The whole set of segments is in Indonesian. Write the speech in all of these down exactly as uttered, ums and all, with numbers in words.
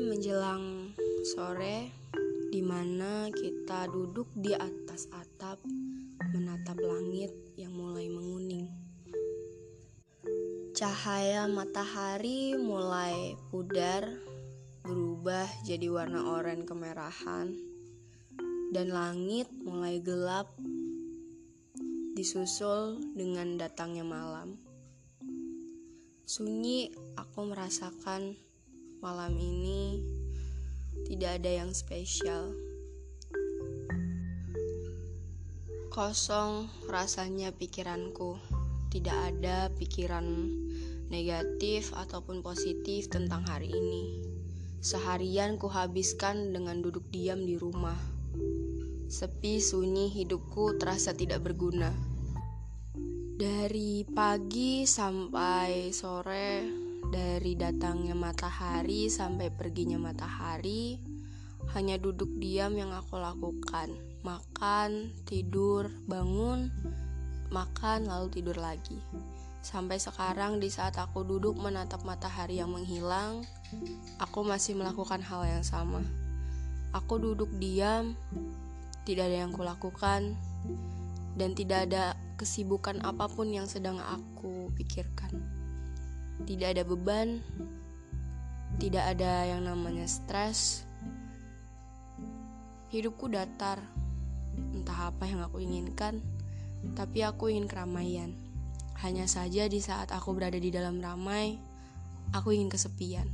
menjelang sore, di mana kita duduk di atas atap menatap langit yang mulai menguning. Cahaya matahari mulai pudar, berubah jadi warna oranye kemerahan, dan langit mulai gelap, disusul dengan datangnya malam. Sunyi, aku merasakan malam ini tidak ada yang spesial. Kosong rasanya pikiranku. Tidak ada pikiran negatif ataupun positif tentang hari ini. Seharian kuhabiskan dengan duduk diam di rumah. Sepi sunyi hidupku terasa tidak berguna. Dari pagi sampai sore, dari datangnya matahari sampai perginya matahari, hanya duduk diam yang aku lakukan. Makan, tidur, bangun, makan lalu tidur lagi. Sampai sekarang di saat aku duduk menatap matahari yang menghilang, aku masih melakukan hal yang sama. Aku duduk diam, tidak ada yang kulakukan, dan tidak ada kesibukan apapun yang sedang aku pikirkan. Tidak ada beban, tidak ada yang namanya stres. Hidupku datar, entah apa yang aku inginkan, tapi aku ingin keramaian. Hanya saja di saat aku berada di dalam ramai, aku ingin kesepian.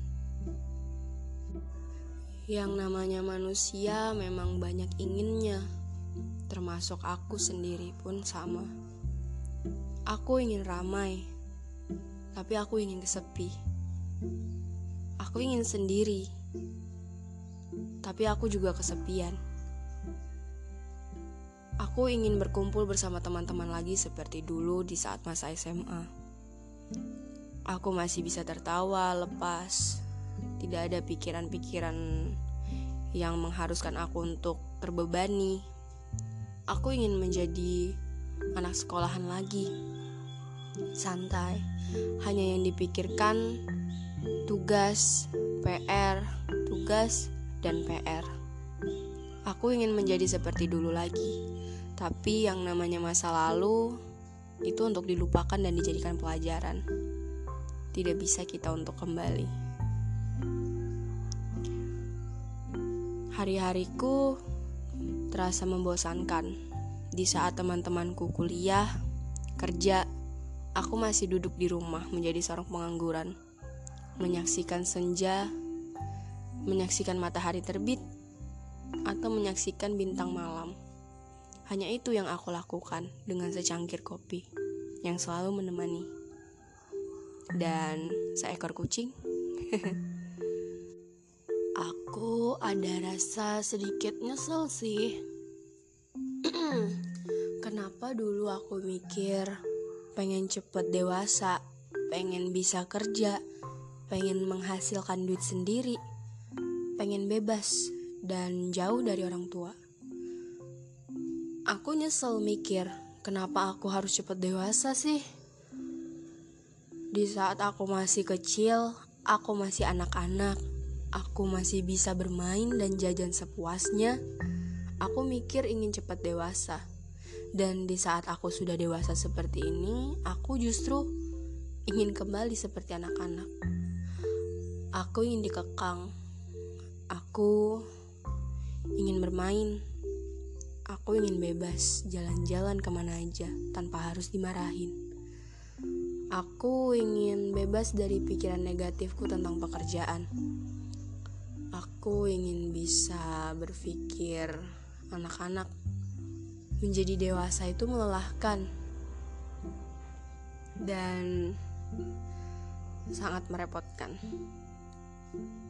Yang namanya manusia memang banyak inginnya, termasuk aku sendiri pun sama. Aku ingin ramai, tapi aku ingin kesepi. Aku ingin sendiri, tapi aku juga kesepian. Aku ingin berkumpul bersama teman-teman lagi seperti dulu di saat masa S M A. Aku masih bisa tertawa lepas, tidak ada pikiran-pikiran yang mengharuskan aku untuk terbebani. Aku ingin menjadi anak sekolahan lagi, santai, hanya yang dipikirkan tugas, P R, tugas, dan P R. Aku ingin menjadi seperti dulu lagi, tapi yang namanya masa lalu itu untuk dilupakan dan dijadikan pelajaran. Tidak bisa kita untuk kembali. Hari-hariku terasa membosankan. Di saat teman-temanku kuliah, kerja, aku masih duduk di rumah menjadi seorang pengangguran, menyaksikan senja, menyaksikan matahari terbit, atau menyaksikan bintang malam. Hanya itu yang aku lakukan dengan secangkir kopi yang selalu menemani. Dan seekor kucing. Aku ada rasa sedikit nyesel sih. Kenapa dulu aku mikir pengen cepet dewasa, pengen bisa kerja, pengen menghasilkan duit sendiri, pengen bebas dan jauh dari orang tua. Aku nyesel mikir, kenapa aku harus cepet dewasa sih? Di saat aku masih kecil, aku masih anak-anak, aku masih bisa bermain dan jajan sepuasnya. Aku mikir ingin cepat dewasa. Dan di saat aku sudah dewasa seperti ini, aku justru ingin kembali seperti anak-anak. Aku ingin dikekang. Aku ingin bermain. Aku ingin bebas, jalan-jalan kemana aja tanpa harus dimarahin. Aku ingin bebas dari pikiran negatifku tentang pekerjaan. Aku ingin bisa berpikir anak-anak. Menjadi dewasa itu melelahkan dan sangat merepotkan.